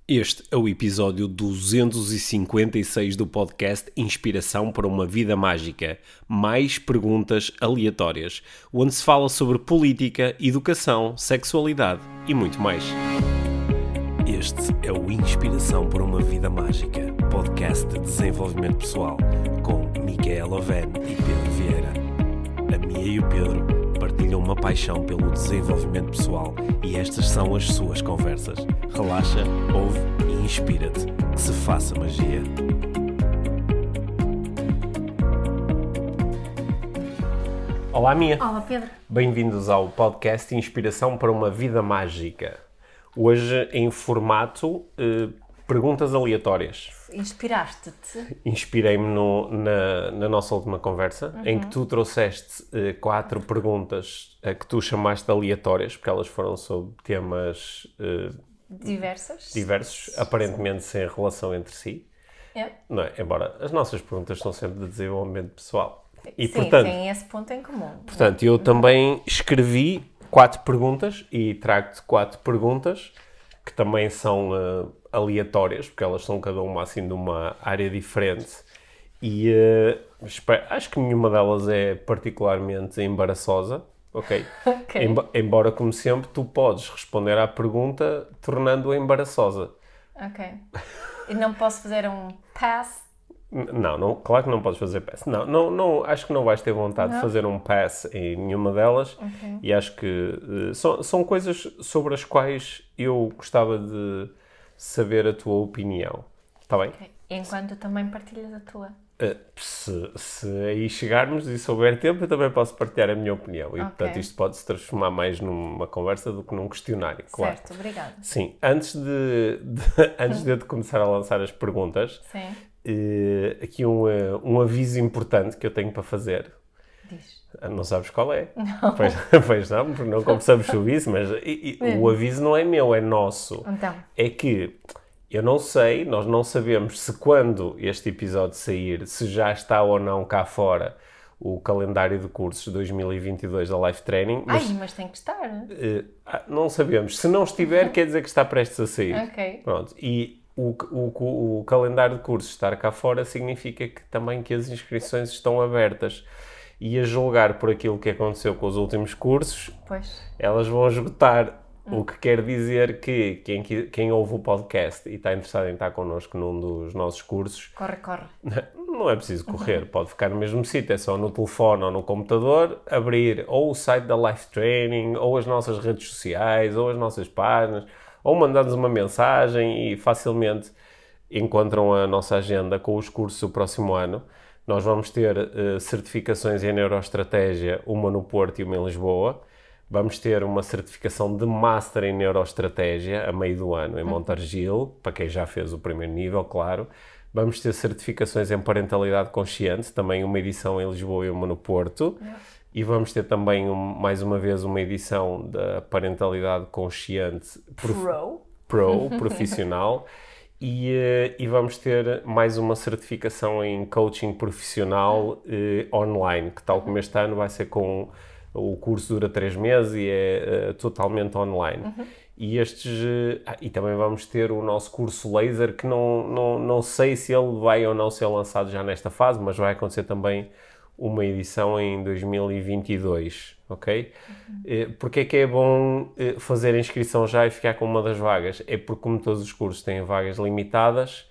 Este é o episódio 256 do podcast Inspiração para uma Vida Mágica, mais perguntas aleatórias, onde se fala sobre política, educação, sexualidade e muito mais. Este é o Inspiração para uma Vida Mágica, podcast de desenvolvimento pessoal, com Micaela Oven e Pedro Vieira. A Mia e o Pedro partilham uma paixão pelo desenvolvimento pessoal e estas são as suas conversas. Relaxa, ouve e inspira-te. Que se faça magia. Olá, Mia. Olá, Pedro. Bem-vindos ao podcast Inspiração para uma Vida Mágica. Hoje em formato perguntas aleatórias. Inspiraste-te? Inspirei-me na nossa última conversa, em que tu trouxeste 4 perguntas que tu chamaste de aleatórias, porque elas foram sobre temas diversos, aparentemente sem relação entre si. Não é? Embora as nossas perguntas são sempre de desenvolvimento pessoal. E, Sim, portanto, têm esse ponto em comum. Portanto, eu também escrevi 4 perguntas e trago-te 4 perguntas que também são aleatórias, porque elas são cada uma assim de uma área diferente e acho que nenhuma delas é particularmente embaraçosa, ok? Embora, como sempre, tu podes responder à pergunta tornando-a embaraçosa. Ok. E não posso fazer um pass? Não, claro que não podes fazer pass. Não, acho que não vais ter vontade de fazer um pass em nenhuma delas. Ok. E acho que são coisas sobre as quais eu gostava de saber a tua opinião. Está bem? Ok. Enquanto também partilhas a tua. Se aí chegarmos e souber tempo, eu também posso partilhar a minha opinião. E, portanto, isto pode se transformar mais numa conversa do que num questionário, claro. Certo, obrigada. Sim, antes de eu te começar a lançar as perguntas, Sim. Aqui um aviso importante que eu tenho para fazer. Diz. Não sabes qual é? Não. Pois não, porque não conversamos sobre isso, mas o aviso não é meu, é nosso. Então. É que eu não sei, nós não sabemos se quando este episódio sair, se já está ou não cá fora o calendário de cursos 2022 da Life Training. Mas tem que estar. Não sabemos. Se não estiver, quer dizer que está prestes a sair. Ok. Pronto. E o calendário de cursos estar cá fora significa que também que as inscrições estão abertas. E a julgar por aquilo que aconteceu com os últimos cursos, Pois. elas vão esgotar. O que quer dizer que quem ouve o podcast e está interessado em estar connosco num dos nossos cursos, Corre. não é preciso correr, pode ficar no mesmo sítio, é só no telefone ou no computador, abrir ou o site da Life Training, ou as nossas redes sociais, ou as nossas páginas, ou mandar-nos uma mensagem e facilmente encontram a nossa agenda com os cursos do próximo ano. Nós vamos ter certificações em Neuroestratégia, uma no Porto e uma em Lisboa. Vamos ter uma certificação de Master em Neuroestratégia a meio do ano em Montargil, para quem já fez o primeiro nível, claro. Vamos ter certificações em Parentalidade Consciente, também uma edição em Lisboa e uma no Porto. E vamos ter também, mais uma vez, uma edição da Parentalidade Consciente Pro profissional. E vamos ter mais uma certificação em Coaching Profissional online, que tal como este ano vai ser com... O curso dura 3 meses e é totalmente online. E também vamos ter o nosso curso laser, que não sei se ele vai ou não ser lançado já nesta fase, mas vai acontecer também uma edição em 2022, ok? Porque é que é bom fazer a inscrição já e ficar com uma das vagas? É porque, como todos os cursos têm vagas limitadas,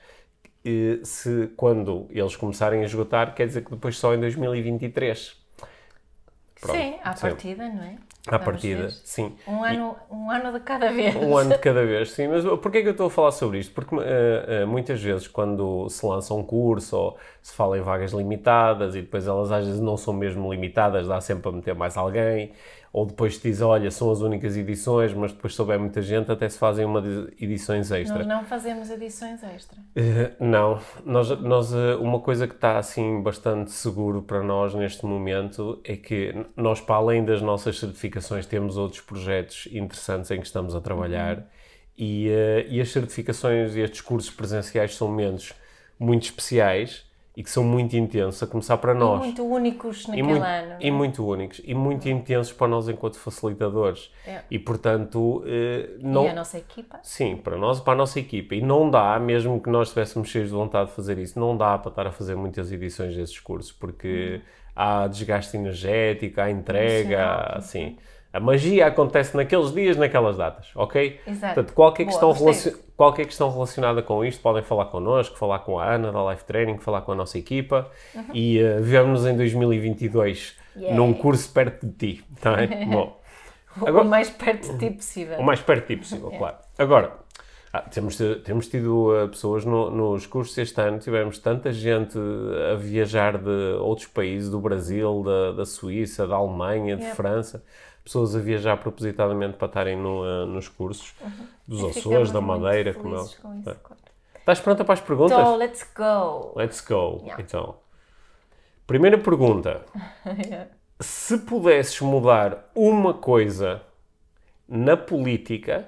quando eles começarem a esgotar, quer dizer que depois só em 2023. Pronto, Sim, à partida, não é? À partida, sim. Um ano de cada vez. Um ano de cada vez, sim. Mas porquê é que eu estou a falar sobre isto? Porque muitas vezes quando se lança um curso ou se fala em vagas limitadas e depois elas às vezes não são mesmo limitadas, dá sempre para meter mais alguém, ou depois te diz, olha, são as únicas edições, mas depois se souber muita gente até se fazem uma de edições extra. Nós não fazemos edições extra. Não. Nós, uma coisa que está assim bastante seguro para nós neste momento é que nós, para além das nossas certificações, temos outros projetos interessantes em que estamos a trabalhar e as certificações e estes cursos presenciais são momentos muito especiais e que são muito intensos, a começar para E nós. muito únicos E naquele muito, ano. Não é? e muito únicos. E muito intensos para nós enquanto facilitadores. É. E, portanto, não... E a nossa equipa? Sim, para nós e para a nossa equipa. E não dá, mesmo que nós estivéssemos cheios de vontade de fazer isso, não dá para estar a fazer muitas edições desses cursos, porque há desgaste energético, há entrega, Emocional, há, assim... A magia acontece naqueles dias, naquelas datas, ok? Exato. Portanto, qualquer Boa, qualquer questão relacionada com isto, podem falar connosco, falar com a Ana da Life Training, falar com a nossa equipa e vivemos em 2022 num curso perto de ti, tá bem? Bom, O mais perto de ti possível. o mais perto de ti possível, claro. Agora, temos tido pessoas nos cursos este ano, tivemos tanta gente a viajar de outros países, do Brasil, da Suíça, da Alemanha, de França, pessoas a viajar propositadamente para estarem nos cursos dos Açores, da Madeira, como é. Estás pronta para as perguntas? Então, let's go. Let's go. Yeah. Então, primeira pergunta. Se pudesses mudar uma coisa na política,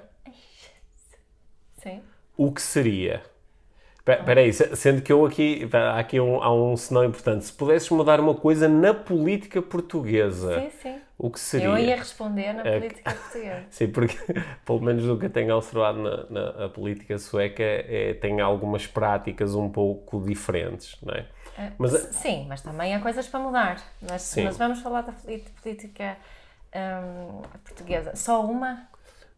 Sim. o que seria? Espera aí, sendo que há um senão importante. Se pudesses mudar uma coisa na política portuguesa, Sim. o que seria? Eu ia responder na política portuguesa. Sim, porque pelo menos do que eu tenho observado na política sueca tem algumas práticas um pouco diferentes, não é? Sim, mas também há coisas para mudar. Mas vamos falar da política portuguesa. Só uma?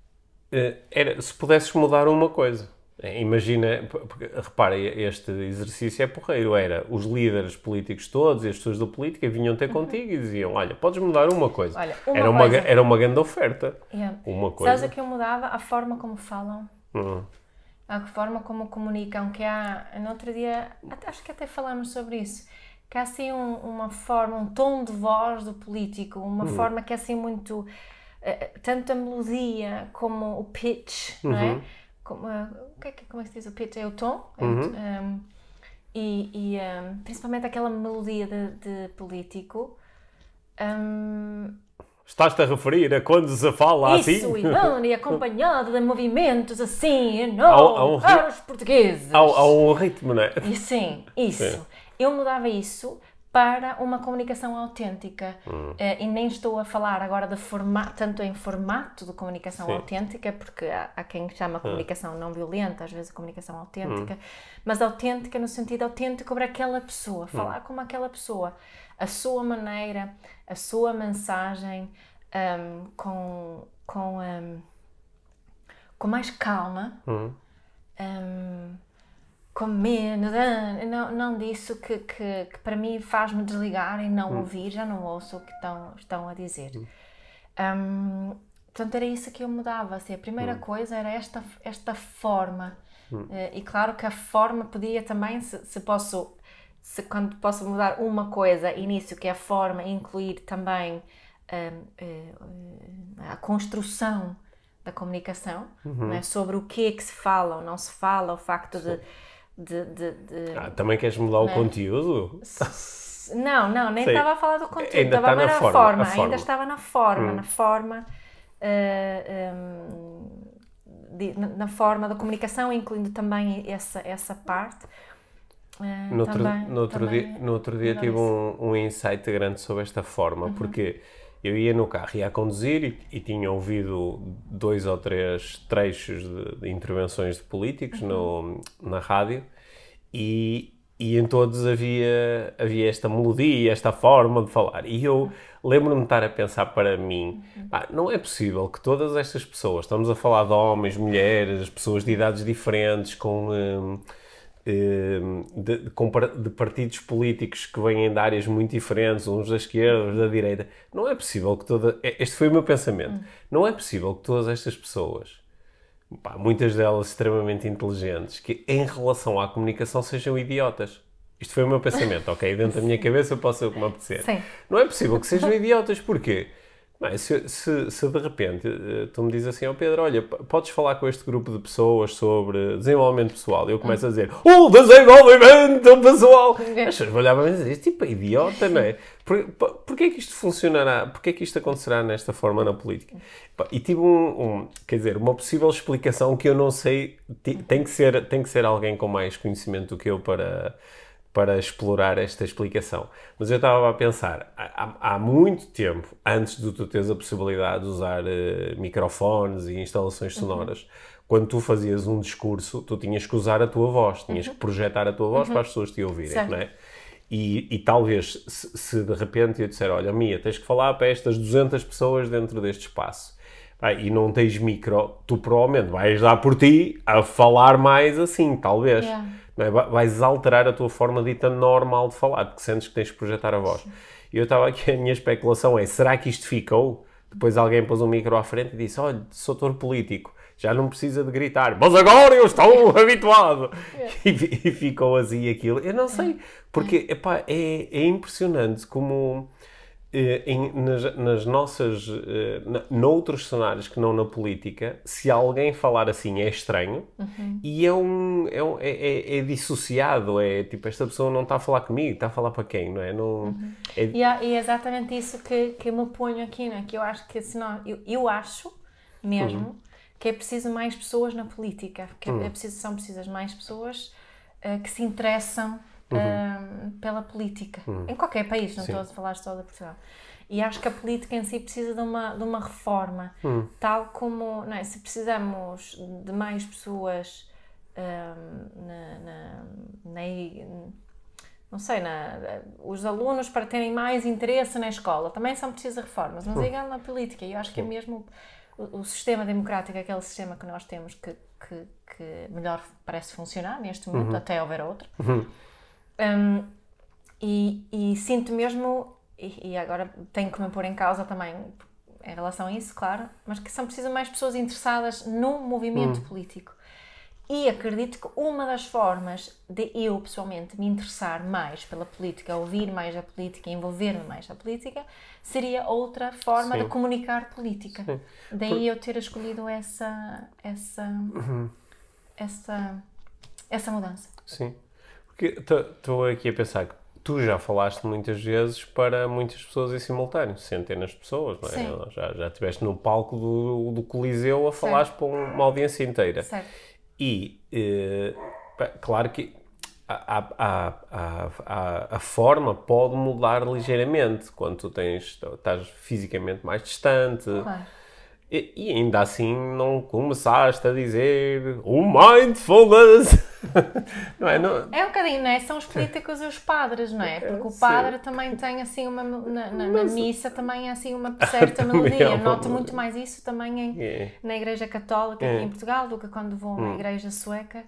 Se pudesses mudar uma coisa. Imagina, porque, repara, este exercício é porreiro, os líderes políticos todos e as pessoas da política vinham ter contigo e diziam, olha, podes mudar uma coisa. Olha, era uma grande oferta. Yeah. Uma coisa. Sabes o que eu mudava? A forma como falam. A forma como comunicam, que há, no outro dia, acho que até falámos sobre isso, que há assim uma forma, um tom de voz do político, uma forma que é assim muito, tanto a melodia como o pitch, não é? Como é que se diz o pitch? É o tom? Principalmente aquela melodia de político. Estás-te a referir a quando se fala assim? Isso, e acompanhado de movimentos assim, não, para os portugueses. Há um ritmo, não é? E sim, isso. Sim. Eu mudava isso para uma comunicação autêntica. E nem estou a falar agora de tanto em formato de comunicação autêntica, porque há quem chama comunicação não violenta, às vezes a comunicação autêntica, mas autêntica no sentido autêntico para aquela pessoa, falar como aquela pessoa, a sua maneira, a sua mensagem, com mais calma, com menos, não disso que para mim faz-me desligar e não ouvir, já não ouço o que estão a dizer. Portanto, era isso que eu mudava. Assim, a primeira coisa era esta forma. E claro que a forma podia também, quando posso mudar uma coisa, início, que é a forma, incluir também a construção da comunicação, né? Sobre o que é que se fala ou não se fala, o facto de também queres mudar o conteúdo? Não, nem estava a falar do conteúdo, ainda estava na forma. forma. Ainda estava na forma, na forma da comunicação, incluindo também essa parte. No outro dia tive um insight grande sobre esta forma, porque eu ia no carro, ia a conduzir e tinha ouvido 2 ou 3 trechos de intervenções de políticos na rádio e em todos havia esta melodia, esta forma de falar. E eu lembro-me de estar a pensar para mim, não é possível que todas estas pessoas, estamos a falar de homens, mulheres, pessoas de idades diferentes, de partidos políticos que vêm de áreas muito diferentes, uns da esquerda, uns da direita. Não é possível que este foi o meu pensamento. Não é possível que todas estas pessoas, muitas delas extremamente inteligentes, que em relação à comunicação sejam idiotas. Isto foi o meu pensamento, ok? Dentro da minha cabeça eu posso ser o que me apetecer. Sim. Não é possível que sejam idiotas. Porquê? Se de repente tu me dizes assim, Pedro, olha, podes falar com este grupo de pessoas sobre desenvolvimento pessoal, e eu começo a dizer, desenvolvimento pessoal! As pessoas olhavam e diziam, este tipo é idiota, não é? Porquê é que isto funcionará? Porquê é que isto acontecerá nesta forma na política? E tive uma possível explicação que eu não sei, tem que ser alguém com mais conhecimento do que eu para para explorar esta explicação. Mas eu estava a pensar, há muito tempo, antes de tu teres a possibilidade de usar microfones e instalações sonoras, quando tu fazias um discurso, tu tinhas que usar a tua voz, tinhas que projetar a tua voz para as pessoas te ouvirem, Certo. não é? E talvez, se de repente eu disser, olha, Mia, tens que falar para estas 200 pessoas dentro deste espaço, e não tens micro, tu provavelmente vais dar por ti a falar mais assim, talvez. Yeah. Não é? Vais alterar a tua forma dita normal de falar, porque sentes que tens que projetar a voz. E eu estava aqui, a minha especulação é, será que isto ficou? Depois alguém pôs um micro à frente e disse, olha, sou ator político, já não precisa de gritar, mas agora eu estou habituado. E ficou assim aquilo. Eu não sei, porque epá, é impressionante como nas nossas, noutros cenários que não na política, se alguém falar assim é estranho e é dissociado, é tipo, esta pessoa não está a falar comigo, está a falar para quem, não é? Não, E é exatamente isso que me ponho aqui, não é? Que eu acho que senão, eu acho mesmo que é preciso mais pessoas na política, que são precisas mais pessoas que se interessam pela política, em qualquer país, não estou a falar só de Portugal. E acho que a política em si precisa de uma reforma, tal como, não é, se precisamos de mais pessoas não sei, os alunos para terem mais interesse na escola, também são precisas reformas, mas é igual na política. E eu acho que é mesmo o sistema democrático, aquele sistema que nós temos que melhor parece funcionar neste momento, até houver outro. E sinto mesmo, e agora tenho que me pôr em causa também em relação a isso, claro, mas que são precisas mais pessoas interessadas no movimento político. E acredito que uma das formas de eu, pessoalmente, me interessar mais pela política, ouvir mais a política, envolver-me mais na política, seria outra forma de comunicar política. Sim. Daí eu ter escolhido essa mudança. Sim. Porque estou aqui a pensar que tu já falaste muitas vezes para muitas pessoas em simultâneo, centenas de pessoas, não é? Sim. Já estiveste no palco do Coliseu a falares para uma audiência inteira. Certo. E, claro que a forma pode mudar ligeiramente quando tu estás fisicamente mais distante. Claro. E ainda assim não começaste a dizer o mindfulness. Não é? Não... É um bocadinho, não é? São os políticos e os padres, não é? Porque o padre também tem assim na missa também é assim uma certa melodia. Eu noto muito mais isso também na Igreja Católica aqui em Portugal do que quando vou na Igreja Sueca.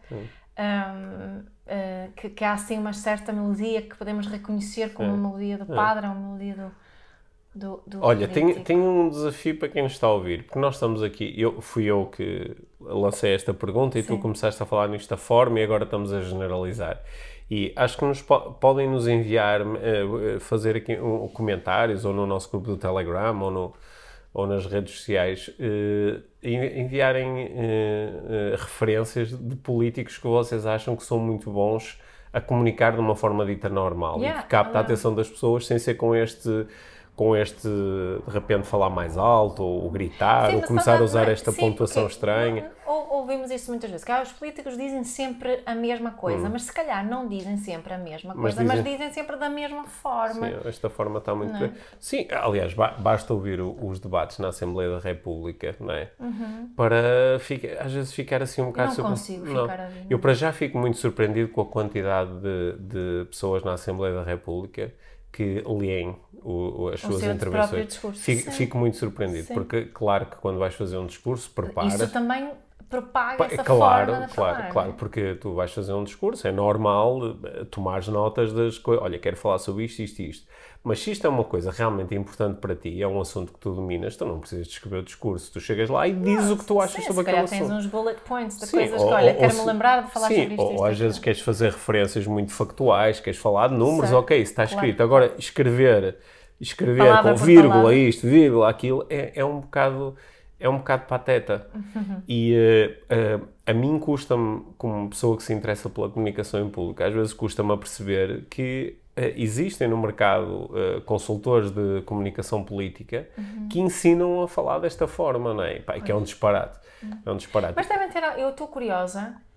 Que há assim uma certa melodia que podemos reconhecer como uma melodia do padre ou uma melodia do Olha, tenho um desafio para quem nos está a ouvir, porque nós estamos aqui, fui eu que lancei esta pergunta e tu começaste a falar nisto da forma e agora estamos a generalizar. E acho que podem nos enviar, fazer aqui comentários ou no nosso grupo do Telegram ou nas redes sociais, enviarem referências de políticos que vocês acham que são muito bons a comunicar de uma forma dita normal e que capta a atenção das pessoas sem ser com este, de repente, falar mais alto, ou gritar, ou começar a usar esta pontuação estranha. Ouvimos isso muitas vezes, que os políticos dizem sempre a mesma coisa, mas se calhar não dizem sempre a mesma coisa, mas dizem sempre da mesma forma. Sim, esta forma está muito bem. Sim, aliás, basta ouvir os debates na Assembleia da República, não é? Para, às vezes, ficar assim um bocado... Não consigo ficar a ver. Eu, para já, fico muito surpreendido com a quantidade de pessoas na Assembleia da República que leem as suas intervenções. Fico muito surpreendido, porque claro que quando vais fazer um discurso, preparas... Isso também propaga essa forma de falar. Claro, porque tu vais fazer um discurso, é normal tomares notas das coisas, olha, quero falar sobre isto, isto e isto. Mas se isto é uma coisa realmente importante para ti, é um assunto que tu dominas, tu não precisas de escrever o discurso, tu chegas lá e dizes o que tu achas sobre aquele assunto. Se calhar tens uns bullet points de coisas que, olha, quero-me lembrar de falar sobre isto. Ou às vezes queres fazer referências muito factuais, queres falar de números, ok, isso está escrito. Agora, escrever com vírgula isto, vírgula aquilo, é um bocado pateta. E a mim custa-me, como pessoa que se interessa pela comunicação em público, às vezes custa-me a perceber que existem no mercado consultores de comunicação política que ensinam a falar desta forma, não é? Pá, que é um disparate. É um disparate. Mas devem ter, eu estou curiosa,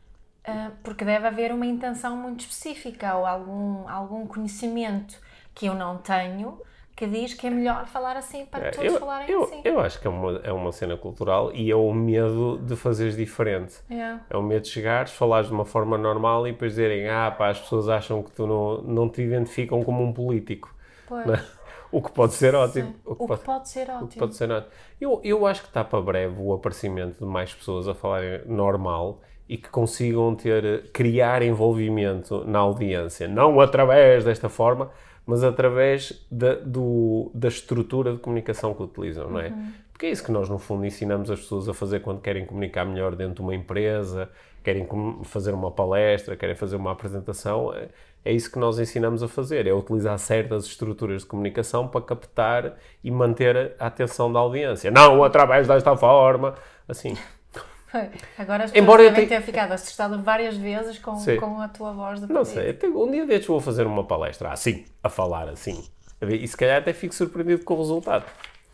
Porque deve haver uma intenção muito específica ou algum conhecimento que eu não tenho que diz que é melhor falar assim para todos falarem assim. Eu acho que é uma cena cultural e é o medo de fazeres diferente. Yeah. É o medo de chegares, falares de uma forma normal e depois dizerem as pessoas acham que tu não te identificam como um político. Pois. Não é? O que pode ser ótimo. O que pode ser ótimo. Eu acho que está para breve o aparecimento de mais pessoas a falarem normal e que consigam criar envolvimento na audiência. Não através desta forma, mas através da estrutura de comunicação que utilizam, não é? Porque é isso que nós, no fundo, ensinamos as pessoas a fazer quando querem comunicar melhor dentro de uma empresa, querem fazer uma palestra, querem fazer uma apresentação. É isso que nós ensinamos a fazer, é utilizar certas estruturas de comunicação para captar e manter a atenção da audiência. Não através desta forma, assim. Agora as pessoas devem ter ficado assustadas várias vezes com a tua voz de Não sei, um dia destes vou fazer uma palestra assim, a falar assim. E se calhar até fico surpreendido com o resultado.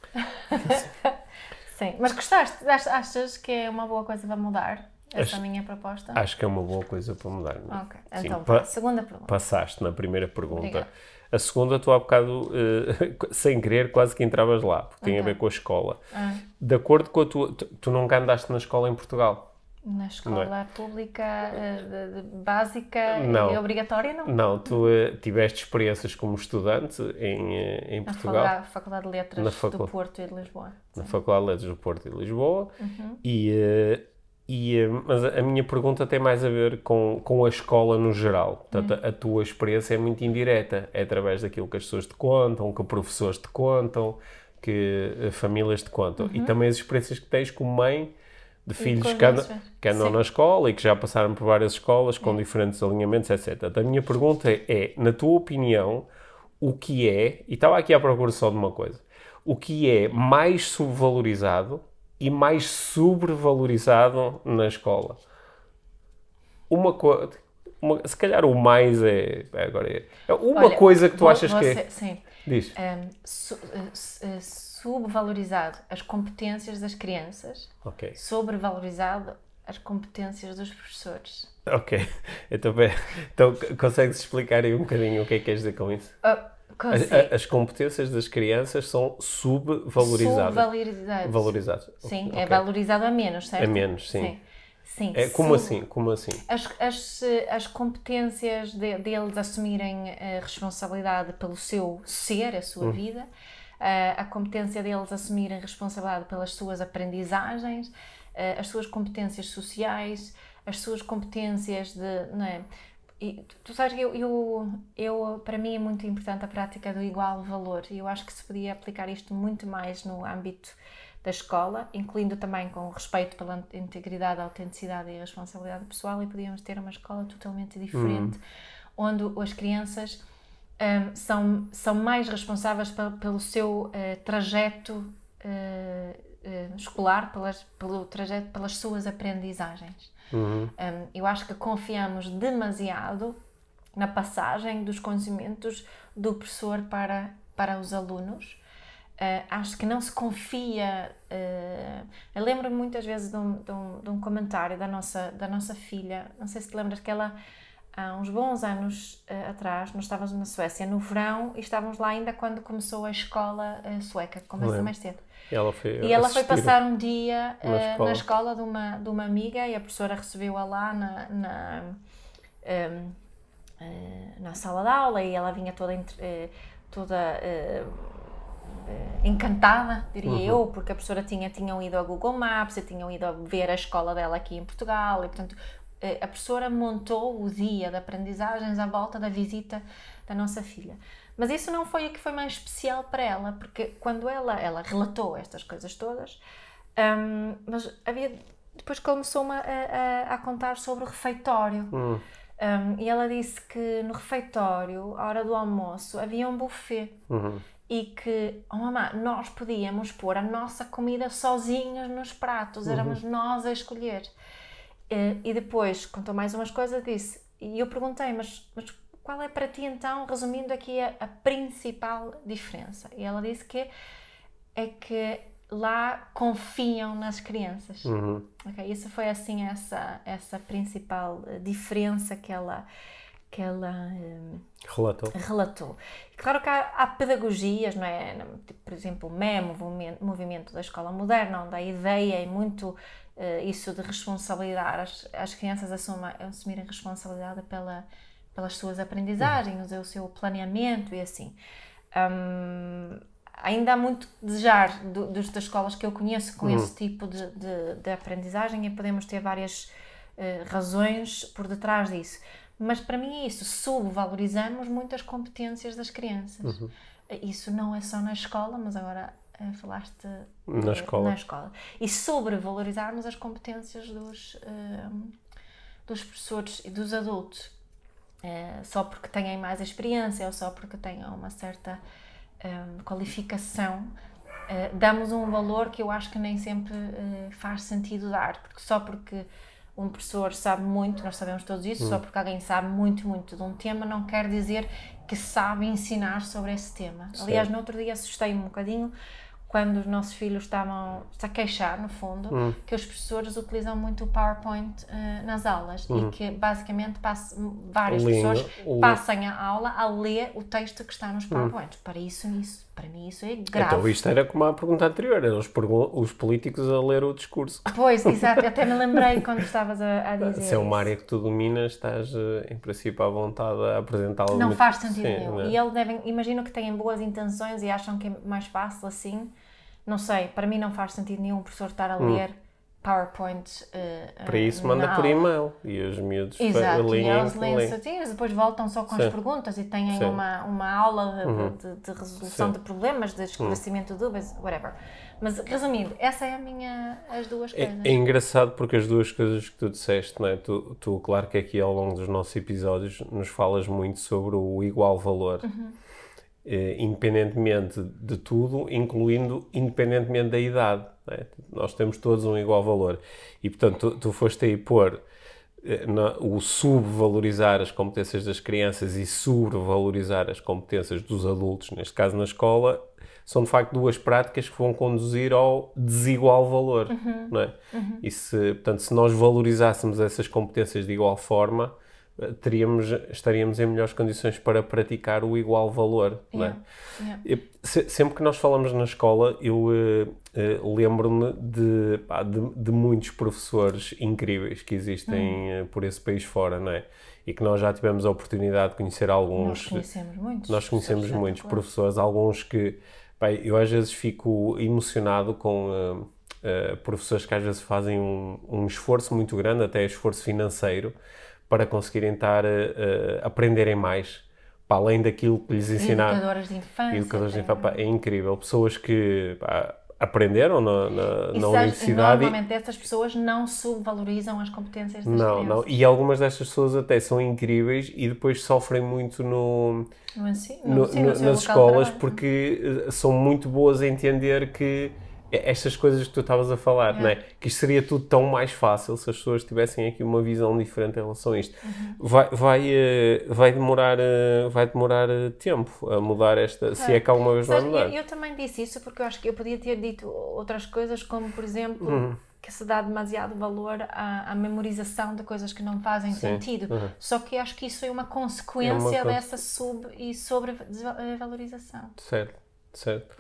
Sim, mas gostaste? Achas que é uma boa coisa para mudar essa minha proposta? Acho que é uma boa coisa para mudar. Não é? Ok, então segunda pergunta. Passaste na primeira pergunta. Obrigada. A segunda, tu há bocado, sem querer, quase que entravas lá, porque tem a ver com a escola. De acordo com a tua... Tu nunca andaste na escola em Portugal? Na escola pública, básica e obrigatória, não? Não, tu tiveste experiências como estante em Portugal. Na Faculdade de Letras do Porto e de Lisboa. Na Faculdade de Letras do Porto e de Lisboa. Mas a minha pergunta tem mais a ver com a escola no geral. Portanto, a tua experiência é muito indireta. É através daquilo que as pessoas te contam, que professores te contam, que famílias te contam. E também as experiências que tens como mãe de filhos que andam na escola e que já passaram por várias escolas com diferentes alinhamentos, etc. A minha pergunta é, na tua opinião, o que é, e estava aqui à procura só de uma coisa, o que é mais subvalorizado e mais sobrevalorizado na escola? Se calhar o mais uma coisa que tu achas que é... Sim. Diz. Subvalorizado as competências das crianças, sobrevalorizado as competências dos professores. Ok, então consegues explicar aí um bocadinho o que é que queres dizer com isso? As competências das crianças são subvalorizadas. Valorizadas. Sim, é valorizado a menos, certo? A menos, sim. Sim. Como assim? As competências deles assumirem a responsabilidade pelo seu ser, a sua vida, a competência deles assumirem responsabilidade pelas suas aprendizagens, as suas competências sociais, as suas competências não é? E tu sabes que para mim é muito importante a prática do igual valor e eu acho que se podia aplicar isto muito mais no âmbito da escola, incluindo também com respeito pela integridade, autenticidade e responsabilidade pessoal, e podíamos ter uma escola totalmente diferente, onde as crianças são mais responsáveis pelo seu trajeto escolar, pelo trajeto, pelas suas aprendizagens. Eu acho que confiamos demasiado na passagem dos conhecimentos do professor para os alunos. Acho que não se confia. Eu lembro-me muitas vezes de um comentário da nossa filha. Não sei se te lembras que ela, há uns bons anos atrás, nós estávamos na Suécia no verão e estávamos lá ainda quando começou a escola sueca, que começa mais cedo. E ela foi passar um dia na escola de uma amiga e a professora recebeu-a lá na sala de aula e ela vinha toda encantada, diria eu, porque a professora tinham ido ao Google Maps e tinham ido a ver a escola dela aqui em Portugal e, portanto, a professora montou o dia de aprendizagens à volta da visita da nossa filha. Mas isso não foi o que foi mais especial para ela, porque quando ela relatou estas coisas todas, mas depois começou-me a contar sobre o refeitório. E ela disse que no refeitório, à hora do almoço, havia um buffet. E que, mamãe, nós podíamos pôr a nossa comida sozinhos nos pratos, éramos nós a escolher. E depois contou mais umas coisas, disse, e eu perguntei, mas qual é para ti então, resumindo aqui, a principal diferença? E ela disse que lá confiam nas crianças. Okay? Isso foi assim essa principal diferença que ela relatou. Claro que há pedagogias, não é? Tipo, por exemplo, o MEM, movimento da escola moderna, onde a ideia é muito isso de responsabilidade, as crianças assumirem responsabilidade pelas suas aprendizagens, o seu planeamento e assim. Ainda há muito a desejar das escolas que eu conheço com esse tipo de aprendizagem, e podemos ter várias razões por detrás disso. Mas para mim é isso, subvalorizamos muitas competências das crianças. Isso não é só na escola, mas agora falaste na escola. E sobrevalorizarmos as competências dos professores e dos adultos. Só porque têm mais experiência ou só porque têm uma certa qualificação, damos um valor que eu acho que nem sempre faz sentido dar, porque só porque um professor sabe muito, nós sabemos todos isso, só porque alguém sabe muito, muito de um tema, não quer dizer que sabe ensinar sobre esse tema. Sim. Aliás, no outro dia assustei-me um bocadinho quando os nossos filhos estavam a queixar, no fundo, que os professores utilizam muito o PowerPoint nas aulas e que basicamente vários professores passam a aula a ler o texto que está nos PowerPoints. Para mim isso é grave. Então isto era como a pergunta anterior, eram os políticos a ler o discurso. Pois, exato, até me lembrei quando estavas a dizer se é uma área que tu dominas, estás em princípio à vontade a apresentá-la. Não faz sentido nenhum. Né? E eles imagino que têm boas intenções e acham que é mais fácil assim. Não sei, para mim não faz sentido nenhum o professor estar a ler PowerPoint para isso manda por e-mail e os miúdos leem. E eles leem depois voltam só com as perguntas e têm uma aula de resolução de problemas, de esclarecimento de dúvidas, whatever. Mas resumindo, essa é as duas coisas. É engraçado porque as duas coisas que tu disseste, não é? Tu, claro que aqui ao longo dos nossos episódios nos falas muito sobre o igual valor. Independentemente de tudo, independentemente da idade. Né? Nós temos todos um igual valor. E, portanto, tu foste aí pôr o subvalorizar as competências das crianças e sobrevalorizar as competências dos adultos, neste caso na escola, são de facto duas práticas que vão conduzir ao desigual valor. Não é? E portanto, se nós valorizássemos essas competências de igual forma, estaríamos em melhores condições para praticar o igual valor. Não é? Sempre que nós falamos na escola, eu lembro-me de muitos professores incríveis que existem por esse país fora, não é? E que nós já tivemos a oportunidade de conhecer alguns. Nós conhecemos muitos professores, alguns que eu às vezes fico emocionado com professores que às vezes fazem um esforço muito grande, até esforço financeiro, para conseguirem aprenderem mais, para além daquilo que lhes ensinaram. Educadores de infância. É incrível. Pessoas que aprenderam na universidade. Normalmente essas pessoas não subvalorizam as competências das crianças. Não. E algumas destas pessoas até são incríveis e depois sofrem muito nas escolas porque são muito boas a entender que estas coisas que tu estavas a falar, não é? Que isto seria tudo tão mais fácil se as pessoas tivessem aqui uma visão diferente em relação a isto. Vai demorar tempo a mudar se é que alguma vez vai mudar. Eu também disse isso porque eu acho que eu podia ter dito outras coisas, como por exemplo que se dá demasiado valor à memorização de coisas que não fazem sentido. Só que eu acho que isso é uma consequência dessa e sobrevalorização. Certo.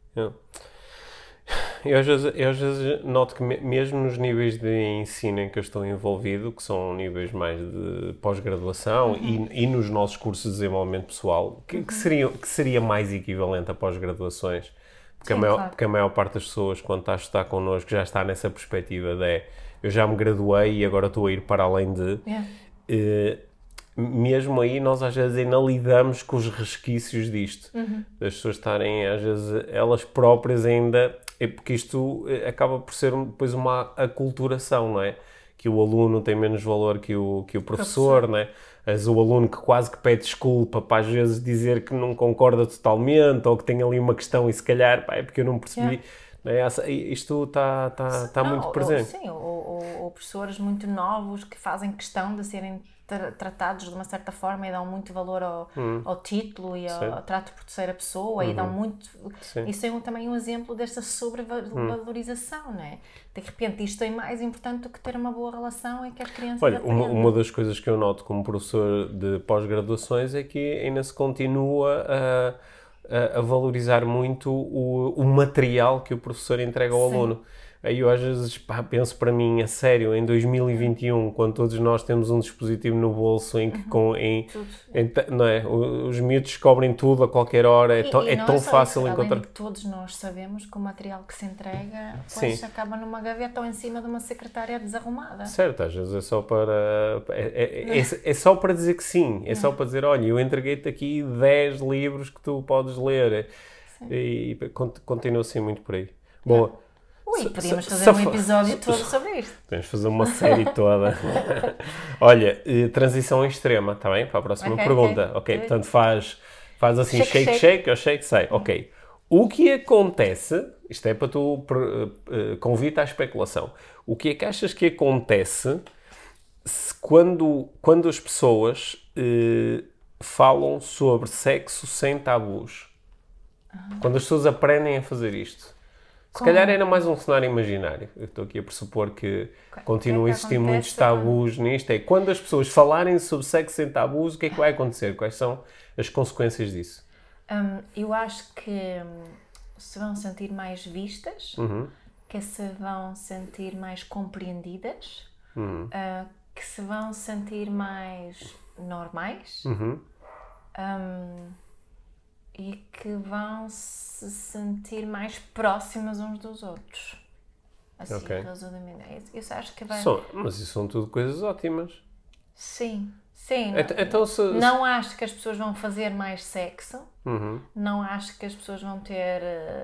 Eu às vezes noto que mesmo nos níveis de ensino em que eu estou envolvido, que são níveis mais de pós-graduação e nos nossos cursos de desenvolvimento pessoal, que seria mais equivalente a pós-graduações, porque a maior parte das pessoas, quando está a estudar connosco, já está nessa perspectiva de eu já me graduei e agora estou a ir para além de... mesmo aí nós às vezes ainda lidamos com os resquícios disto, das pessoas estarem às vezes elas próprias ainda, porque isto acaba por ser depois uma aculturação, não é? Que o aluno tem menos valor que o professor, não é? O aluno que quase que pede desculpa para às vezes dizer que não concorda totalmente ou que tem ali uma questão e se calhar é porque eu não percebi. Isto está muito presente. Sim, ou professores muito novos que fazem questão de serem tratados de uma certa forma e dão muito valor ao título e ao trato por terceira pessoa e dão muito... Sim. Isso é também um exemplo desta sobrevalorização, não é? De repente isto é mais importante do que ter uma boa relação e que as crianças aprendam. Uma das coisas que eu noto como professor de pós-graduações é que ainda se continua a valorizar muito o material que o professor entrega ao aluno. Aí eu às vezes penso para mim, a sério, em 2021, quando todos nós temos um dispositivo no bolso em que não é? Os miúdos descobrem tudo a qualquer hora, é tão fácil encontrar. Além de que todos nós sabemos que o material que se entrega depois acaba numa gaveta ou em cima de uma secretária desarrumada. Certo, às vezes é só para... É só para dizer que sim, é só para dizer, olha, eu entreguei-te aqui 10 livros que tu podes ler. E continua assim muito por aí. Bom... podíamos fazer um episódio todo sobre isto. Podemos fazer uma série toda. Olha, transição extrema, está bem? Para a próxima pergunta. Ok, portanto faz assim, shake, eu shake, sai. Ok. O que acontece, isto é para tu, convite à especulação, o que é que achas que acontece quando as pessoas falam sobre sexo sem tabus? Quando as pessoas aprendem a fazer isto? Se calhar era mais um cenário imaginário. Eu estou aqui a pressupor que continua a existir muitos tabus nisto. É quando as pessoas falarem sobre sexo sem tabus, o que é que vai acontecer? Quais são as consequências disso? Eu acho que se vão sentir mais vistas, que se vão sentir mais compreendidas, que se vão sentir mais normais. E que vão se sentir mais próximas uns dos outros. Assim, resumidamente. Isso acho que vai... Mas isso são tudo coisas ótimas. Sim. Então, não acho que as pessoas vão fazer mais sexo. Não acho que as pessoas vão ter...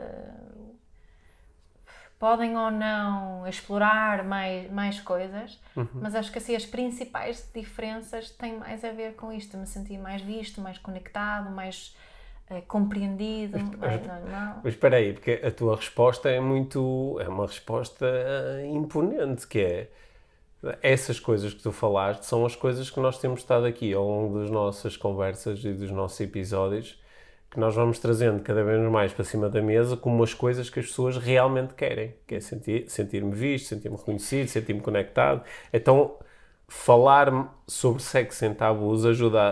podem ou não explorar mais coisas, mas acho que assim, as principais diferenças têm mais a ver com isto. Me sentir mais visto, mais conectado, mais... compreendido, mais normal. Mas espera aí, porque a tua resposta é uma resposta imponente, que é essas coisas que tu falaste são as coisas que nós temos estado aqui ao longo das nossas conversas e dos nossos episódios, que nós vamos trazendo cada vez mais para cima da mesa como as coisas que as pessoas realmente querem, que é sentir-me visto, sentir-me reconhecido, sentir-me conectado. Então, falar sobre sexo sem tabus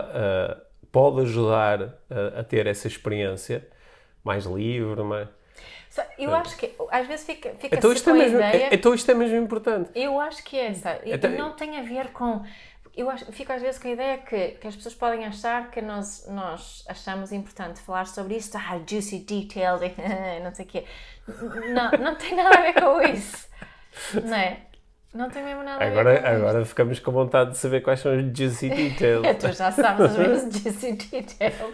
pode ajudar a ter essa experiência mais livre, Eu acho que às vezes fica então isto com a ideia... Então isto é mesmo importante. Eu acho que é, sabe? Não tem a ver com... Fico às vezes com a ideia que as pessoas podem achar que nós achamos importante falar sobre isto, juicy details, não sei o quê. Não tem nada a ver com isso, não é? Não tem mesmo nada a ver com isso. Agora ficamos com vontade de saber quais são os juicy details. Tu já sabes os meus juicy details.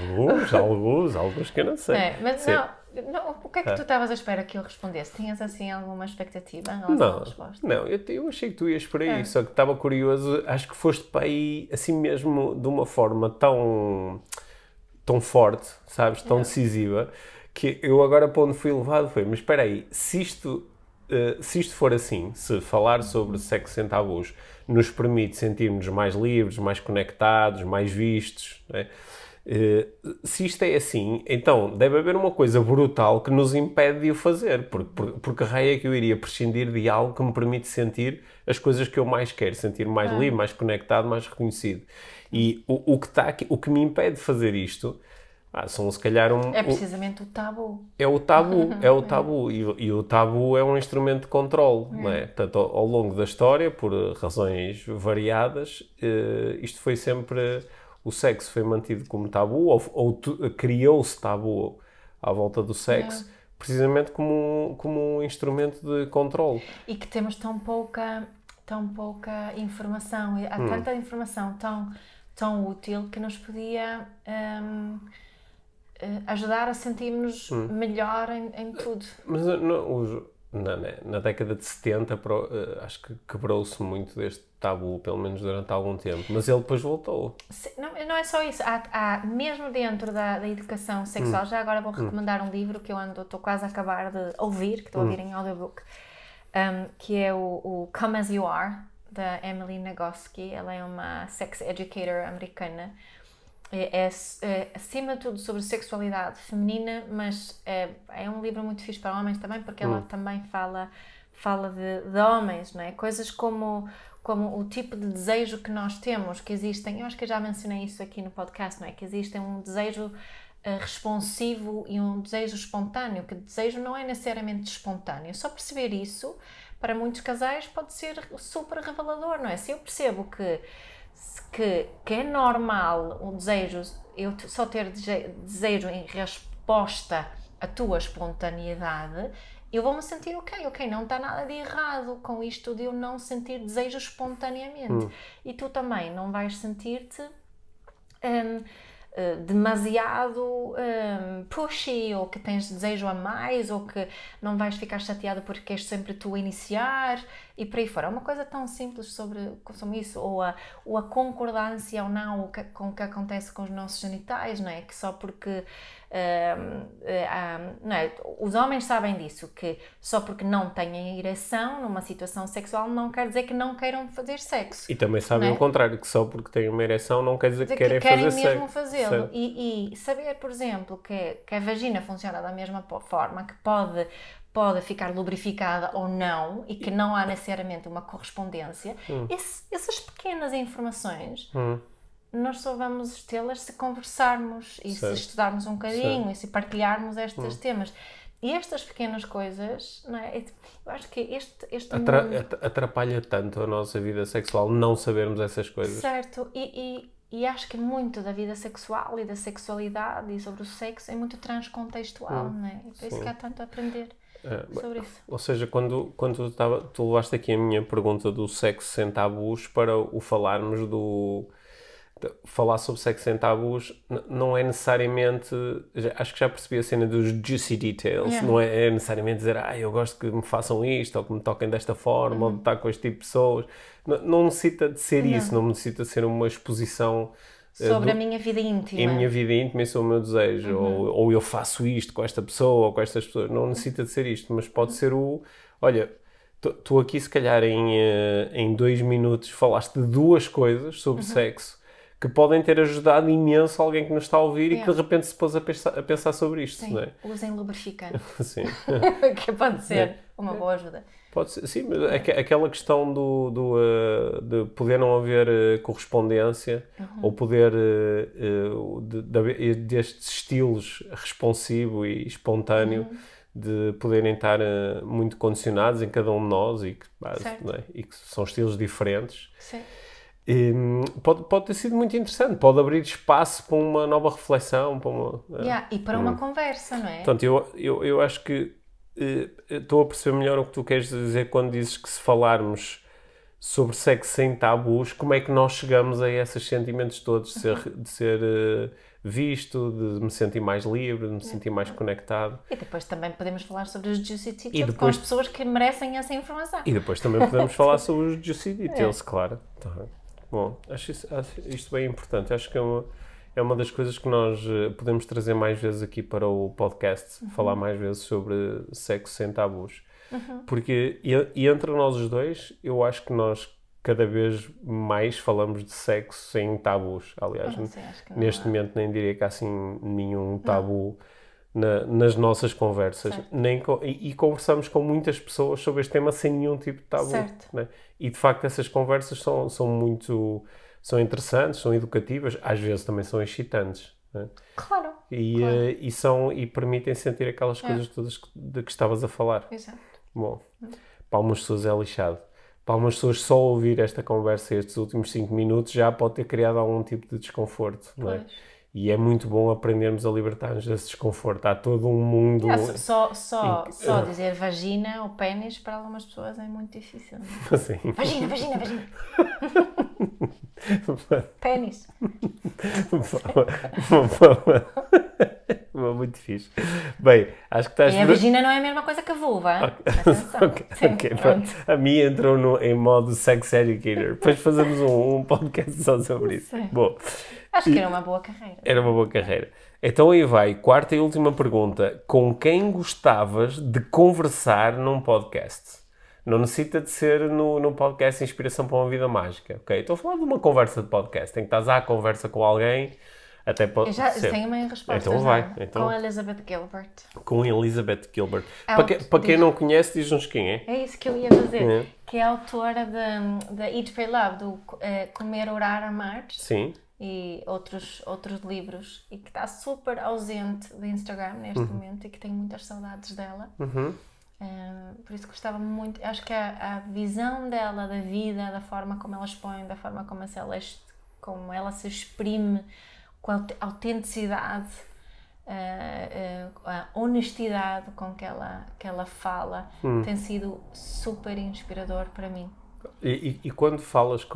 Alguns que eu não sei. Mas não, o que é que tu estavas à espera que eu respondesse? Tinhas assim alguma expectativa em relação à resposta? Não, eu achei que tu ias por aí, só que estava curioso, acho que foste para aí assim mesmo de uma forma tão forte, sabes, tão decisiva, que eu agora para onde fui levado foi, mas espera aí, se isto for assim, se falar sobre sexo sem tabus nos permite sentirmos mais livres, mais conectados, mais vistos, né? Se isto é assim, então deve haver uma coisa brutal que nos impede de o fazer, porque raio é que eu iria prescindir de algo que me permite sentir as coisas que eu mais quero, sentir mais livre, mais conectado, mais reconhecido. E o que me impede de fazer isto são se calhar é precisamente o tabu. É o tabu. E o tabu é um instrumento de controle, não é? Portanto, ao longo da história, por razões variadas, isto foi sempre... O sexo foi mantido como tabu, ou criou-se tabu à volta do sexo, precisamente como um instrumento de controle. E que temos tão pouca informação, há tanta informação tão útil que nos podia ajudar a sentirmos melhor em tudo. Mas na década de 70, acho que quebrou-se muito deste tabu, pelo menos durante algum tempo, mas ele depois voltou. Não é só isso, há mesmo dentro da educação sexual, já agora vou recomendar um livro que eu estou quase a acabar de ouvir, que estou a ouvir em audiobook, que é o Come As You Are, da Emily Nagoski. Ela é uma sex educator americana. É acima de tudo sobre sexualidade feminina, mas é um livro muito fixe para homens também, porque ela também fala de homens, não é? Coisas como o tipo de desejo que nós temos, que existem. Eu acho que eu já mencionei isso aqui no podcast, não é? Que existe um desejo responsivo e um desejo espontâneo, que desejo não é necessariamente espontâneo. Só perceber isso, para muitos casais, pode ser super revelador, não é? Se eu percebo que é normal o desejo, eu só ter desejo em resposta à tua espontaneidade, eu vou-me sentir ok, não está nada de errado com isto de eu não sentir desejo espontaneamente. E tu também não vais sentir-te demasiado pushy, ou que tens desejo a mais, ou que não vais ficar chateado porque queres sempre tu iniciar, e por aí fora. É uma coisa tão simples sobre isso, ou a concordância ou não com o que acontece com os nossos genitais, não é? Que só porque não é? Os homens sabem disso, que só porque não têm ereção numa situação sexual não quer dizer que não queiram fazer sexo. E também sabem o contrário, que só porque têm uma ereção não quer dizer que querem fazer sexo. Querem mesmo fazê-lo. E saber, por exemplo, que a vagina funciona da mesma forma, que pode ficar lubrificada ou não, e que não há necessariamente uma correspondência, essas pequenas informações nós só vamos tê-las se conversarmos e se estudarmos um bocadinho e se partilharmos estes temas. E estas pequenas coisas, não é? Eu acho que este mundo... Atrapalha tanto a nossa vida sexual não sabermos essas coisas. Certo, e acho que muito da vida sexual e da sexualidade e sobre o sexo é muito transcontextual, não é? E por isso que há tanto a aprender sobre isso. Ou seja, quando tu levaste aqui a minha pergunta do sexo sem tabus para o falarmos falar sobre sexo sem tabus, não é necessariamente, acho que já percebi a cena dos juicy details, não é necessariamente dizer, eu gosto que me façam isto, ou que me toquem desta forma, ou de estar com este tipo de pessoas. Não necessita de ser isso, não necessita de ser uma exposição sobre a minha vida íntima. E a minha vida íntima, isso é o meu desejo, ou eu faço isto com esta pessoa, ou com estas pessoas. Não necessita de ser isto, mas pode ser olha, tu aqui se calhar em 2 minutos falaste de 2 coisas sobre sexo, que podem ter ajudado imenso alguém que nos está a ouvir e que de repente se pôs a pensar sobre isto. Sim, não é? Usem lubrificante. Sim. Que pode ser uma boa ajuda. Pode ser, sim, mas aquela questão de poder não haver correspondência, ou poder destes estilos responsivo e espontâneo, de poderem estar muito condicionados em cada um de nós e que são estilos diferentes. Sim. Pode ter sido muito interessante, pode abrir espaço para uma nova reflexão, e para uma conversa, não é? Portanto, eu acho que estou a perceber melhor o que tu queres dizer quando dizes que se falarmos sobre sexo sem tabus, como é que nós chegamos a esses sentimentos todos de ser visto, de me sentir mais livre, de me sentir mais conectado. E depois também podemos falar sobre os juicy details com as pessoas que merecem essa informação. E depois também podemos falar sobre os juicy details, claro. Bom, acho isto bem importante. Acho que é uma das coisas que nós podemos trazer mais vezes aqui para o podcast, falar mais vezes sobre sexo sem tabus. Porque entre nós os dois, eu acho que nós cada vez mais falamos de sexo sem tabus. Aliás, neste momento nem diria que há assim nenhum tabu nas nossas conversas. E conversamos com muitas pessoas sobre este tema sem nenhum tipo de tabu. Né? E de facto essas conversas são interessantes, são educativas, às vezes também são excitantes. Né? Claro. E permitem sentir aquelas coisas todas de que estavas a falar. Exato. Bom, para algumas pessoas é lixado. Para algumas pessoas só ouvir esta conversa estes últimos 5 minutos já pode ter criado algum tipo de desconforto. Não é? E é muito bom aprendermos a libertar-nos desse desconforto. Há todo um mundo... Só dizer vagina ou pênis para algumas pessoas é muito difícil. Sim. Vagina. Pênis. muito fixe. Bem, acho que estás... E a vagina não é a mesma coisa que a vulva. Atenção. Okay, pronto. A minha entrou em modo sex educator. Depois fazemos um podcast só sobre isso. Bom, acho que era uma boa carreira. Era uma boa carreira. Então aí vai, quarta e última pergunta. Com quem gostavas de conversar num podcast? Não necessita de ser no podcast Inspiração para uma Vida Mágica, ok? Estou a falar de uma conversa de podcast, em que estás à conversa com alguém, até pode ser. Eu já tenho uma resposta. Então vai. Então, com a Elizabeth Gilbert. Com Elizabeth Gilbert. Para quem não conhece, diz-nos quem é. É isso que eu ia fazer. Que é a autora da Eat, Pray, Love, do Comer, Orar, Amar. Sim. E outros livros. E que está super ausente do Instagram neste momento e que tenho muitas saudades dela. Por isso gostava muito, acho que a visão dela da vida, da forma como ela expõe, da forma como ela se exprime, com a autenticidade, a honestidade com que ela fala, tem sido super inspirador para mim. E quando falas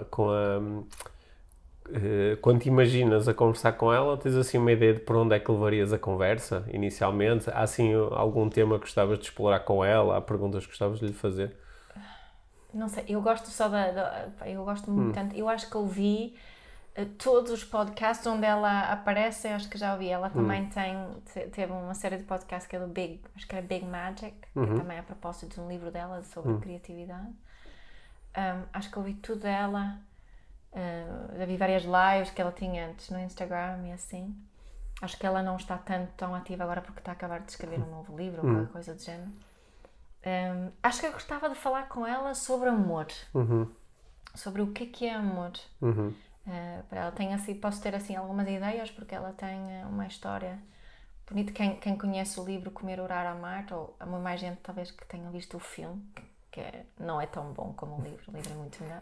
quando te imaginas a conversar com ela, tens assim uma ideia de por onde é que levarias a conversa inicialmente? Há assim algum tema que gostavas de explorar com ela? Há perguntas que gostavas de lhe fazer? Não sei, eu gosto só eu gosto muito tanto, eu acho que ouvi todos os podcasts onde ela aparece, eu acho que já ouvi. Ela também teve uma série de podcasts que é acho que era Big Magic, que também é a propósito de um livro dela sobre criatividade. Acho que ouvi tudo dela. Já vi várias lives que ela tinha antes no Instagram e assim. Acho que ela não está tão ativa agora porque está a acabar de escrever um novo livro ou qualquer coisa do género. Acho que eu gostava de falar com ela sobre amor. Sobre o que é amor. Para ela posso ter assim algumas ideias porque ela tem uma história bonita. Quem conhece o livro Comer, Orar, Amar, ou há mais gente talvez que tenha visto o filme, que não é tão bom como o livro é muito melhor.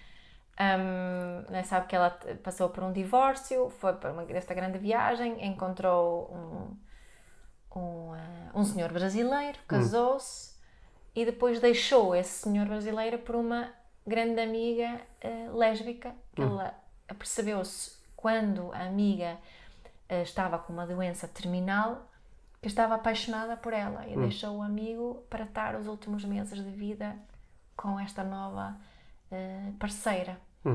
Sabe que ela passou por um divórcio, foi para esta grande viagem, encontrou um senhor brasileiro, casou-se e depois deixou esse senhor brasileiro por uma grande amiga lésbica, que ela apercebeu-se quando a amiga estava com uma doença terminal, que estava apaixonada por ela e deixou o amigo para estar os últimos meses de vida com esta nova parceira.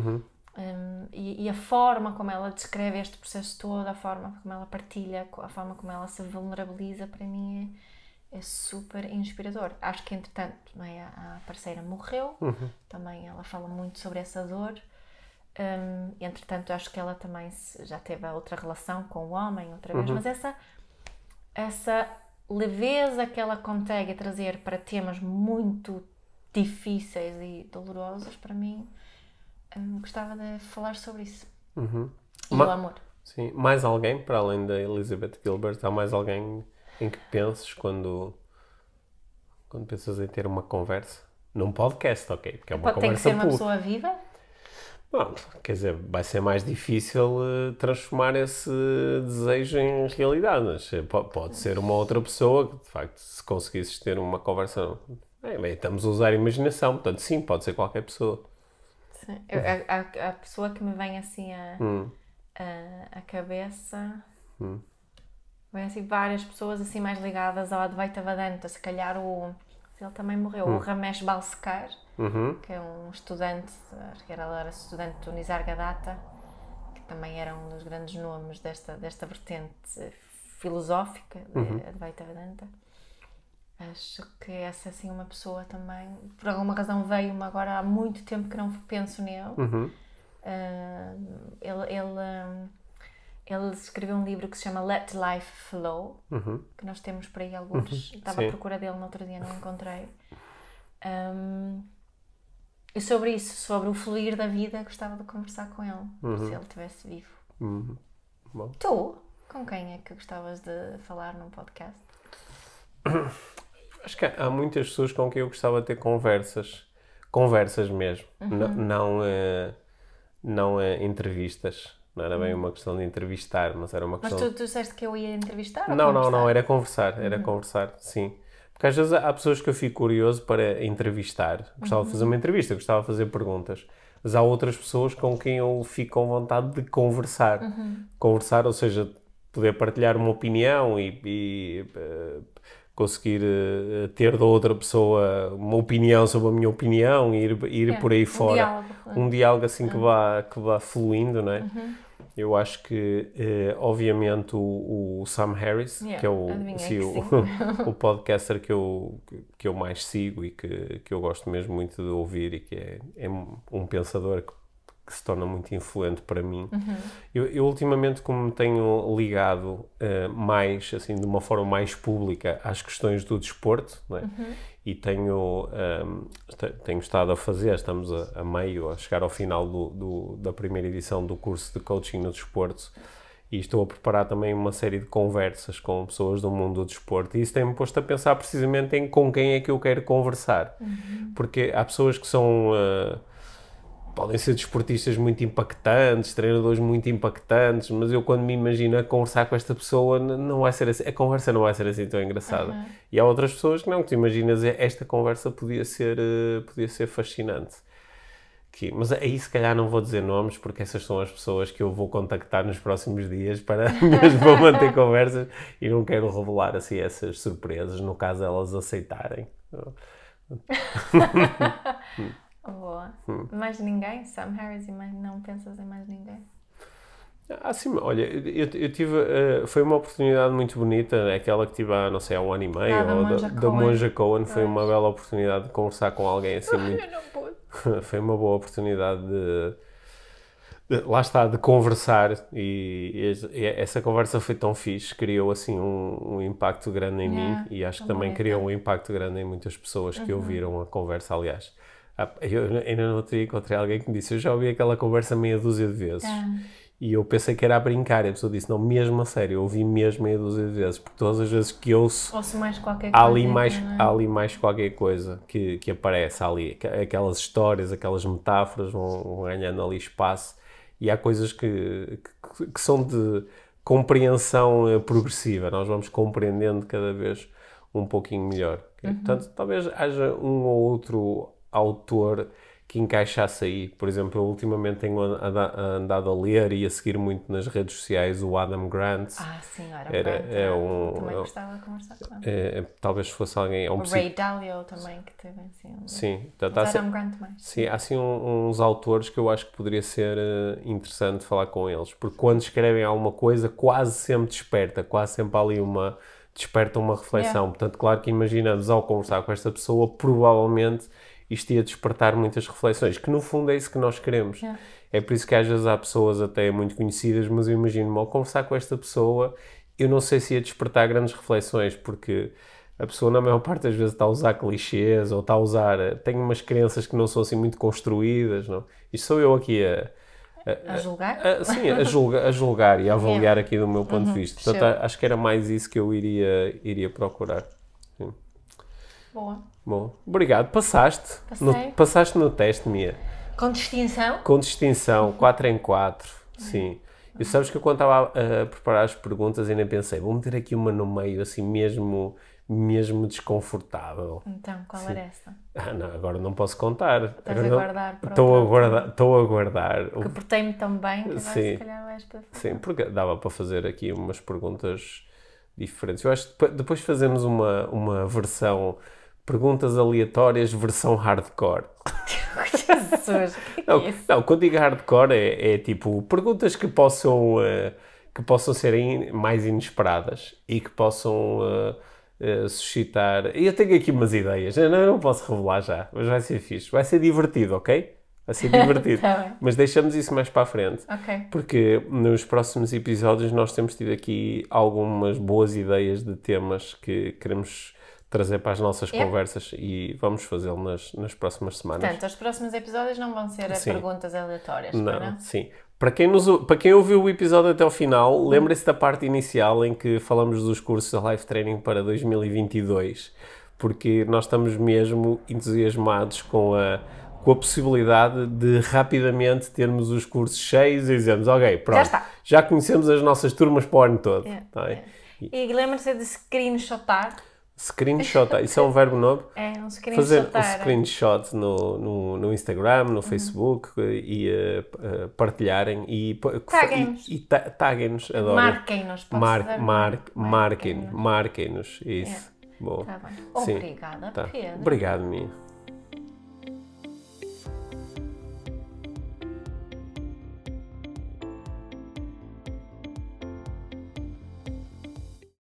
E a forma como ela descreve este processo todo, a forma como ela partilha, a forma como ela se vulnerabiliza, para mim é super inspirador. Acho que entretanto a parceira morreu, também ela fala muito sobre essa dor. Entretanto acho que ela também já teve outra relação com o homem outra vez, mas essa leveza que ela consegue trazer para temas muito difíceis e dolorosos, para mim, gostava de falar sobre isso. E o amor. Sim. Mais alguém, para além da Elizabeth Gilbert, há mais alguém em que penses quando pensas em ter uma conversa? Num podcast, ok? Porque é uma conversa tem que ser uma pessoa viva? Bom, quer dizer, vai ser mais difícil transformar esse desejo em realidade, mas pode ser uma outra pessoa que, de facto, se conseguisses ter uma conversa... Bem, estamos a usar a imaginação, portanto, sim, pode ser qualquer pessoa. Sim. A pessoa que me vem assim à cabeça... Vem assim várias pessoas assim mais ligadas ao Advaita Vedanta, se calhar ele também morreu, o Ramesh Balsekar, que é um estudante, acho que ele era estudante do Nisargadatta, que também era um dos grandes nomes desta vertente filosófica de Advaita Vedanta. Acho que essa é assim uma pessoa também, por alguma razão veio-me agora, há muito tempo que não penso nele. Ele escreveu um livro que se chama Let Life Flow, que nós temos por aí alguns. Estava à procura dele no outro dia, não encontrei. E sobre isso, sobre o fluir da vida, gostava de conversar com ele, se ele estivesse vivo. Bom. Tu? Com quem é que gostavas de falar num podcast? Acho que há muitas pessoas com quem eu gostava de ter conversas mesmo, não entrevistas. Não era bem uma questão de entrevistar, mas era uma questão... Mas tu disseste que eu ia entrevistar ou Não, era conversar, sim. Porque às vezes há pessoas que eu fico curioso para entrevistar, gostava de fazer uma entrevista, gostava de fazer perguntas, mas há outras pessoas com quem eu fico com vontade de conversar. Conversar, ou seja, poder partilhar uma opinião e conseguir ter da outra pessoa uma opinião sobre a minha opinião e ir por aí fora. Um diálogo assim que vá fluindo, não é? Eu acho que, obviamente, o Sam Harris, que é o podcaster que eu mais sigo e que eu gosto mesmo muito de ouvir e que é um pensador que se torna muito influente para mim. Eu ultimamente, como me tenho ligado mais, assim, de uma forma mais pública às questões do desporto, não é? E tenho estado a fazer, estamos a chegar ao final da primeira edição do curso de coaching no desporto, e estou a preparar também uma série de conversas com pessoas do mundo do desporto, e isso tem-me posto a pensar precisamente em com quem é que eu quero conversar. Porque há pessoas que são... podem ser desportistas muito impactantes, treinadores muito impactantes, mas eu quando me imagino a conversar com esta pessoa, não vai ser assim, a conversa não vai ser assim tão engraçada. E há outras pessoas que não, que tu imaginas, esta conversa podia ser fascinante. Mas aí se calhar não vou dizer nomes, porque essas são as pessoas que eu vou contactar nos próximos dias para mesmo manter conversas, e não quero revelar assim essas surpresas, no caso elas aceitarem. Boa. Mais ninguém? Sam Harris e não pensas em mais ninguém? Sim, olha, eu tive... foi uma oportunidade muito bonita, aquela que tive há, não sei, há um ano e meio, da Monja Cohen. Foi uma bela oportunidade de conversar com alguém assim muito... Eu não pude. Foi uma boa oportunidade lá está, de conversar, e essa conversa foi tão fixe, criou assim um impacto grande em mim, e acho que também criou um impacto grande em muitas pessoas que ouviram a conversa. Aliás, eu ainda não encontrei alguém que me disse: eu já ouvi aquela conversa meia dúzia de vezes. E eu pensei que era a brincar, e a pessoa disse: não, mesmo a sério, eu ouvi mesmo meia dúzia de vezes, porque todas as vezes que ouço mais qualquer coisa, há ali mais qualquer coisa que aparece ali, aquelas histórias, aquelas metáforas vão ganhando ali espaço, e há coisas que são de compreensão progressiva, nós vamos compreendendo cada vez um pouquinho melhor. Portanto, talvez haja um ou outro autor que encaixasse aí. Por exemplo, eu ultimamente tenho andado a ler e a seguir muito nas redes sociais o Adam Grant. Sim, também gostava de conversar com ele. Talvez fosse alguém... o Ray Dalio também, que teve assim... Sim. Adam Grant mais. Sim, há assim uns autores que eu acho que poderia ser interessante falar com eles, porque quando escrevem alguma coisa quase sempre desperta uma reflexão. Portanto, claro que imaginamos, ao conversar com esta pessoa, provavelmente isto ia despertar muitas reflexões, que no fundo é isso que nós queremos. É por isso que às vezes há pessoas até muito conhecidas, mas eu imagino-me, ao conversar com esta pessoa, eu não sei se ia despertar grandes reflexões, porque a pessoa na maior parte das vezes está a usar clichês, ou está a usar... tem umas crenças que não são assim muito construídas, não? Isto sou eu aqui a julgar? Sim, a julgar e a avaliar aqui do meu ponto de vista. Portanto, acho que era mais isso que eu iria procurar. Sim. Bom, obrigado. Passaste no teste, Mia. Com distinção? Com distinção, 4 em 4, sim. E sabes que eu quando estava a preparar as perguntas ainda pensei, vou meter aqui uma no meio, assim, mesmo desconfortável. Então, qual era essa? Não, agora não posso contar. Estás a guardar para Estou a guardar. Porque portei-me tão bem que agora se calhar vais para fazer. Sim, porque dava para fazer aqui umas perguntas diferentes. Eu acho que depois fazemos uma versão... perguntas aleatórias, versão hardcore. Jesus, não, quando digo hardcore é tipo perguntas que possam ser mais inesperadas e que possam suscitar... E eu tenho aqui umas ideias, eu não posso revelar já, mas vai ser fixe, vai ser divertido, ok? Vai ser divertido. Tá, mas deixamos isso mais para a frente. Okay. Porque nos próximos episódios nós temos tido aqui algumas boas ideias de temas que queremos trazer para as nossas conversas e vamos fazê-lo nas próximas semanas. Portanto, os próximos episódios não vão ser perguntas aleatórias, não? Sim. Para quem ouviu o episódio até ao final, lembre-se da parte inicial em que falamos dos cursos de Life Training para 2022, porque nós estamos mesmo entusiasmados com a possibilidade de rapidamente termos os cursos cheios e dizermos, ok, pronto, já conhecemos as nossas turmas para o ano todo. E lembre-se de screenshotar Screenshot, isso é um verbo novo? É, um Fazer um screenshotar. screenshot no Instagram, no Facebook e partilharem e Taguem-nos. taguem-nos, adoro. Marquem-nos, pode-se dizer, Marquem-nos, isso. Bom, Tá bem. sim, Obrigada, tá. Pedro. Obrigado, Mia.